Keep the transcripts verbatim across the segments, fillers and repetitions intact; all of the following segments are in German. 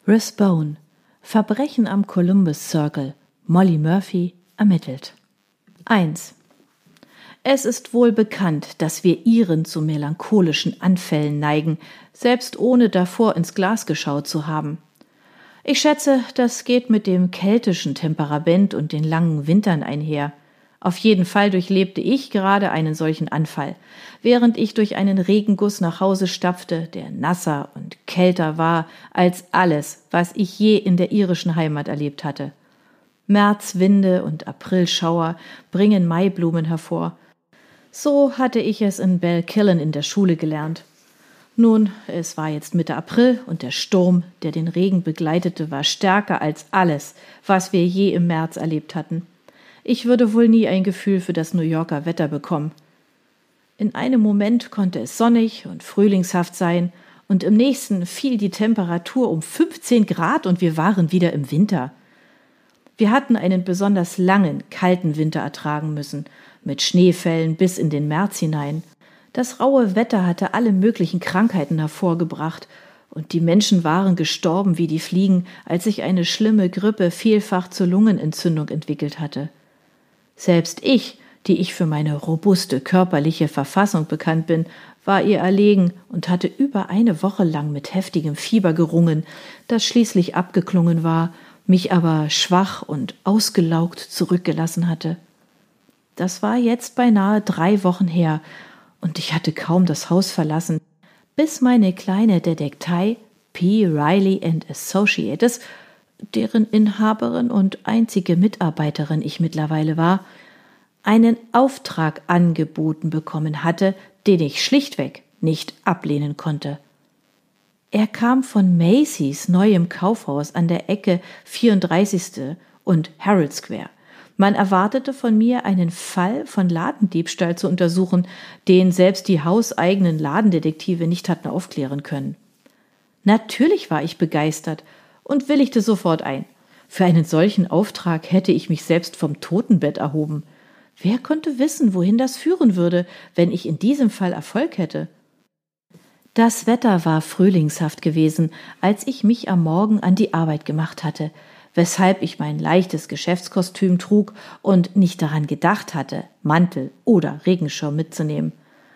Rathbone. Verbrechen am Columbus Circle. Molly Murphy ermittelt. eins. Es ist wohl bekannt, dass wir Iren zu melancholischen Anfällen neigen, selbst ohne davor ins Glas geschaut zu haben. Ich schätze, das geht mit dem keltischen Temperament und den langen Wintern einher. Auf jeden Fall durchlebte ich gerade einen solchen Anfall, während ich durch einen Regenguss nach Hause stapfte, der nasser und kälter war als alles, was ich je in der irischen Heimat erlebt hatte. Märzwinde und Aprilschauer bringen Maiblumen hervor. So hatte ich es in Balquillan in der Schule gelernt. Nun, es war jetzt Mitte April und der Sturm, der den Regen begleitete, war stärker als alles, was wir je im März erlebt hatten. Ich würde wohl nie ein Gefühl für das New Yorker Wetter bekommen. In einem Moment konnte es sonnig und frühlingshaft sein und im nächsten fiel die Temperatur um fünfzehn Grad und wir waren wieder im Winter. Wir hatten einen besonders langen, kalten Winter ertragen müssen, mit Schneefällen bis in den März hinein. Das raue Wetter hatte alle möglichen Krankheiten hervorgebracht und die Menschen waren gestorben wie die Fliegen, als sich eine schlimme Grippe vielfach zur Lungenentzündung entwickelt hatte. Selbst ich, die ich für meine robuste körperliche Verfassung bekannt bin, war ihr erlegen und hatte über eine Woche lang mit heftigem Fieber gerungen, das schließlich abgeklungen war, mich aber schwach und ausgelaugt zurückgelassen hatte. Das war jetzt beinahe drei Wochen her, und ich hatte kaum das Haus verlassen, bis meine kleine Detektei P. Riley and Associates, deren Inhaberin und einzige Mitarbeiterin ich mittlerweile war, einen Auftrag angeboten bekommen hatte, den ich schlichtweg nicht ablehnen konnte. Er kam von Macy's neuem Kaufhaus an der Ecke vierunddreißigste und Herald Square. Man erwartete von mir, einen Fall von Ladendiebstahl zu untersuchen, den selbst die hauseigenen Ladendetektive nicht hatten aufklären können. Natürlich war ich begeistert und willigte sofort ein. Für einen solchen Auftrag hätte ich mich selbst vom Totenbett erhoben. Wer konnte wissen, wohin das führen würde, wenn ich in diesem Fall Erfolg hätte? Das Wetter war frühlingshaft gewesen, als ich mich am Morgen an die Arbeit gemacht hatte, weshalb ich mein leichtes Geschäftskostüm trug und nicht daran gedacht hatte, Mantel oder Regenschirm mitzunehmen.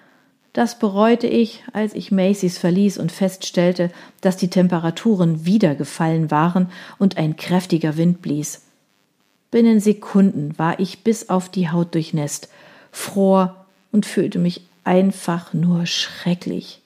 Das bereute ich, als ich Macy's verließ und feststellte, dass die Temperaturen wieder gefallen waren und ein kräftiger Wind blies. Binnen Sekunden war ich bis auf die Haut durchnässt, fror und fühlte mich einfach nur schrecklich.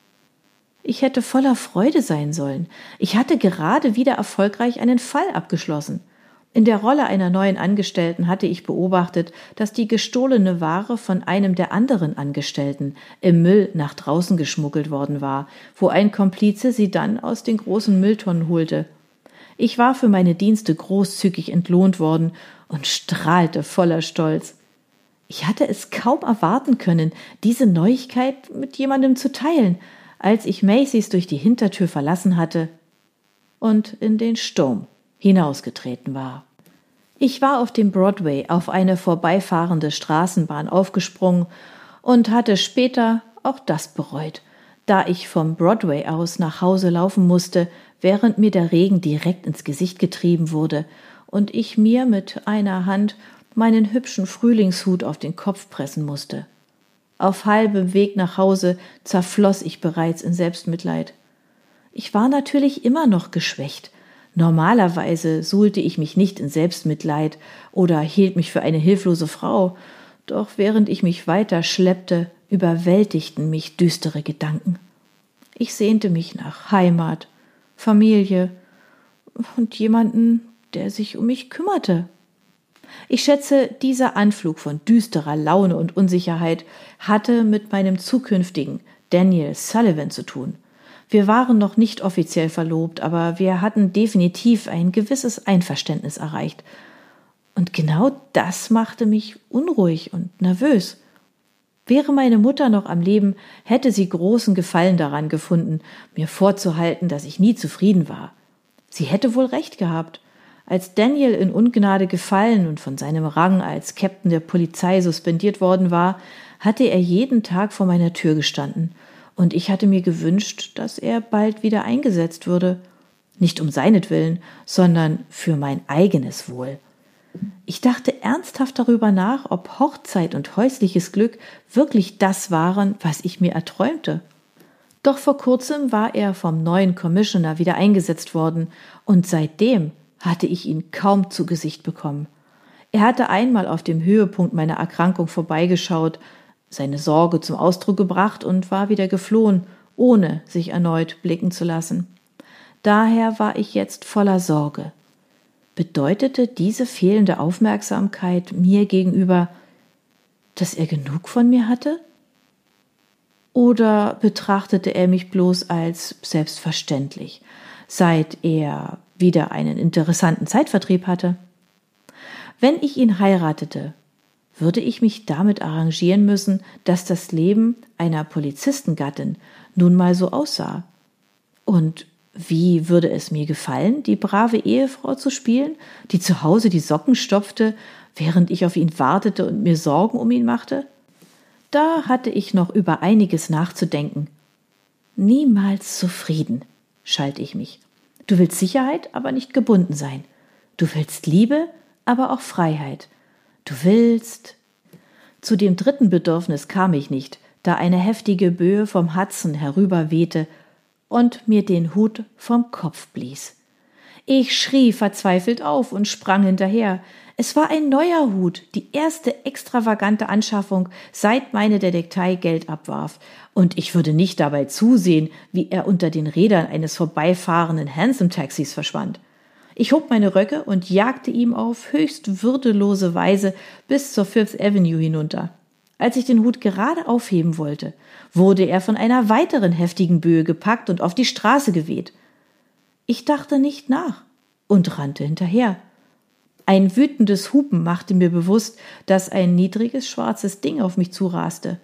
Ich hätte voller Freude sein sollen. Ich hatte gerade wieder erfolgreich einen Fall abgeschlossen. In der Rolle einer neuen Angestellten hatte ich beobachtet, dass die gestohlene Ware von einem der anderen Angestellten im Müll nach draußen geschmuggelt worden war, wo ein Komplize sie dann aus den großen Mülltonnen holte. Ich war für meine Dienste großzügig entlohnt worden und strahlte voller Stolz. Ich hatte es kaum erwarten können, diese Neuigkeit mit jemandem zu teilen, als ich Macy's durch die Hintertür verlassen hatte und in den Sturm hinausgetreten war. Ich war auf dem Broadway auf eine vorbeifahrende Straßenbahn aufgesprungen und hatte später auch das bereut, da ich vom Broadway aus nach Hause laufen musste, während mir der Regen direkt ins Gesicht getrieben wurde und ich mir mit einer Hand meinen hübschen Frühlingshut auf den Kopf pressen musste. Auf halbem Weg nach Hause zerfloss ich bereits in Selbstmitleid. Ich war natürlich immer noch geschwächt. Normalerweise suhlte ich mich nicht in Selbstmitleid oder hielt mich für eine hilflose Frau, doch während ich mich weiter schleppte, überwältigten mich düstere Gedanken. Ich sehnte mich nach Heimat, Familie und jemanden, der sich um mich kümmerte. Ich schätze, dieser Anflug von düsterer Laune und Unsicherheit hatte mit meinem zukünftigen Daniel Sullivan zu tun. Wir waren noch nicht offiziell verlobt, aber wir hatten definitiv ein gewisses Einverständnis erreicht. Und genau das machte mich unruhig und nervös. Wäre meine Mutter noch am Leben, hätte sie großen Gefallen daran gefunden, mir vorzuhalten, dass ich nie zufrieden war. Sie hätte wohl recht gehabt. Als Daniel in Ungnade gefallen und von seinem Rang als Captain der Polizei suspendiert worden war, hatte er jeden Tag vor meiner Tür gestanden, und ich hatte mir gewünscht, dass er bald wieder eingesetzt würde. Nicht um seinetwillen, sondern für mein eigenes Wohl. Ich dachte ernsthaft darüber nach, ob Hochzeit und häusliches Glück wirklich das waren, was ich mir erträumte. Doch vor kurzem war er vom neuen Commissioner wieder eingesetzt worden und seitdem hatte ich ihn kaum zu Gesicht bekommen. Er hatte einmal auf dem Höhepunkt meiner Erkrankung vorbeigeschaut, seine Sorge zum Ausdruck gebracht und war wieder geflohen, ohne sich erneut blicken zu lassen. Daher war ich jetzt voller Sorge. Bedeutete diese fehlende Aufmerksamkeit mir gegenüber, dass er genug von mir hatte? Oder betrachtete er mich bloß als selbstverständlich, seit er wieder einen interessanten Zeitvertrieb hatte? Wenn ich ihn heiratete, würde ich mich damit arrangieren müssen, dass das Leben einer Polizistengattin nun mal so aussah. Und wie würde es mir gefallen, die brave Ehefrau zu spielen, die zu Hause die Socken stopfte, während ich auf ihn wartete und mir Sorgen um ihn machte? Da hatte ich noch über einiges nachzudenken. Niemals zufrieden, schalt ich mich. Du willst Sicherheit, aber nicht gebunden sein. Du willst Liebe, aber auch Freiheit. Du willst... Zu dem dritten Bedürfnis kam ich nicht, da eine heftige Böe vom Hudson herüberwehte und mir den Hut vom Kopf blies. Ich schrie verzweifelt auf und sprang hinterher. Es war ein neuer Hut, die erste extravagante Anschaffung, seit meine Detektei Geld abwarf, und ich würde nicht dabei zusehen, wie er unter den Rädern eines vorbeifahrenden Hansom-Taxis verschwand. Ich hob meine Röcke und jagte ihm auf höchst würdelose Weise bis zur Fifth Avenue hinunter. Als ich den Hut gerade aufheben wollte, wurde er von einer weiteren heftigen Böe gepackt und auf die Straße geweht. Ich dachte nicht nach und rannte hinterher. Ein wütendes Hupen machte mir bewusst, dass ein niedriges schwarzes Ding auf mich zuraste.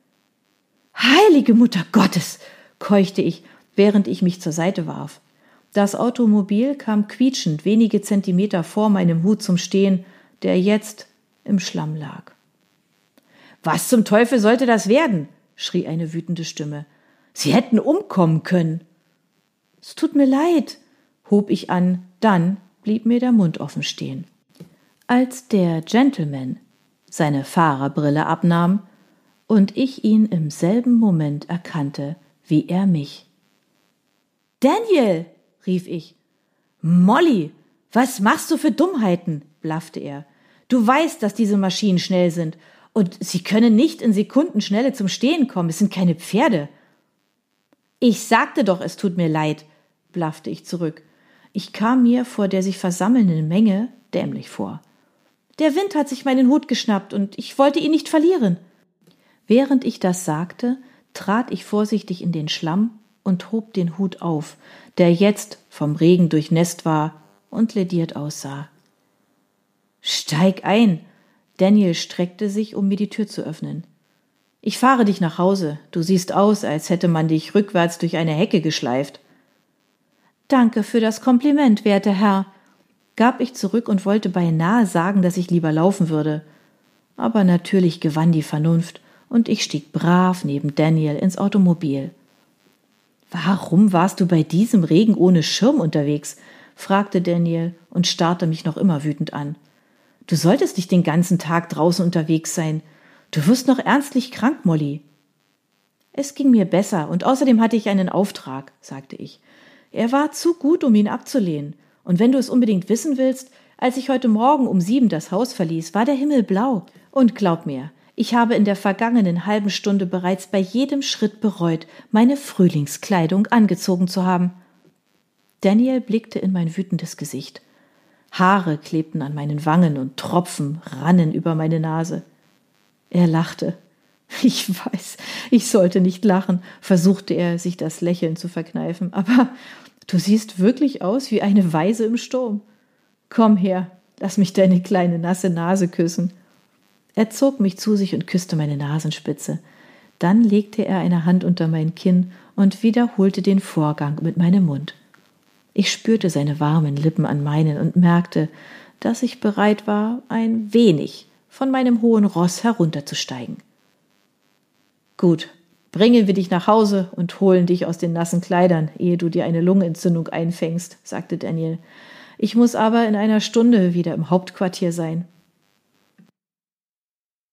»Heilige Mutter Gottes!« keuchte ich, während ich mich zur Seite warf. Das Automobil kam quietschend wenige Zentimeter vor meinem Hut zum Stehen, der jetzt im Schlamm lag. »Was zum Teufel sollte das werden?« schrie eine wütende Stimme. »Sie hätten umkommen können.« »Es tut mir leid«, hob ich an, dann blieb mir der Mund offen stehen. Als der Gentleman seine Fahrerbrille abnahm und ich ihn im selben Moment erkannte, wie er mich. »Daniel«, rief ich. »Molly, was machst du für Dummheiten?« blaffte er. »Du weißt, dass diese Maschinen schnell sind, und sie können nicht in Sekundenschnelle zum Stehen kommen, es sind keine Pferde.« »Ich sagte doch, es tut mir leid«, blaffte ich zurück. Ich kam mir vor der sich versammelnden Menge dämlich vor. »Der Wind hat sich meinen Hut geschnappt, und ich wollte ihn nicht verlieren.« Während ich das sagte, trat ich vorsichtig in den Schlamm und hob den Hut auf, der jetzt vom Regen durchnässt war und lediert aussah. »Steig ein!« Daniel streckte sich, um mir die Tür zu öffnen. »Ich fahre dich nach Hause. Du siehst aus, als hätte man dich rückwärts durch eine Hecke geschleift.« »Danke für das Kompliment, werter Herr«, gab ich zurück und wollte beinahe sagen, dass ich lieber laufen würde. Aber natürlich gewann die Vernunft, und ich stieg brav neben Daniel ins Automobil. »Warum warst du bei diesem Regen ohne Schirm unterwegs?« fragte Daniel und starrte mich noch immer wütend an. »Du solltest nicht den ganzen Tag draußen unterwegs sein. Du wirst noch ernstlich krank, Molly.« »Es ging mir besser, und außerdem hatte ich einen Auftrag«, sagte ich. »Er war zu gut, um ihn abzulehnen. Und wenn du es unbedingt wissen willst, als ich heute Morgen um sieben das Haus verließ, war der Himmel blau. Und glaub mir, ich habe in der vergangenen halben Stunde bereits bei jedem Schritt bereut, meine Frühlingskleidung angezogen zu haben.« Daniel blickte in mein wütendes Gesicht. Haare klebten an meinen Wangen und Tropfen rannen über meine Nase. Er lachte. »Ich weiß, ich sollte nicht lachen«, versuchte er, sich das Lächeln zu verkneifen. »Aber du siehst wirklich aus wie eine Waise im Sturm. Komm her, lass mich deine kleine nasse Nase küssen.« Er zog mich zu sich und küsste meine Nasenspitze. Dann legte er eine Hand unter mein Kinn und wiederholte den Vorgang mit meinem Mund. Ich spürte seine warmen Lippen an meinen und merkte, dass ich bereit war, ein wenig von meinem hohen Ross herunterzusteigen. »Gut«, bringen wir dich nach Hause und holen dich aus den nassen Kleidern, ehe du dir eine Lungenentzündung einfängst, sagte Daniel. Ich muss aber in einer Stunde wieder im Hauptquartier sein.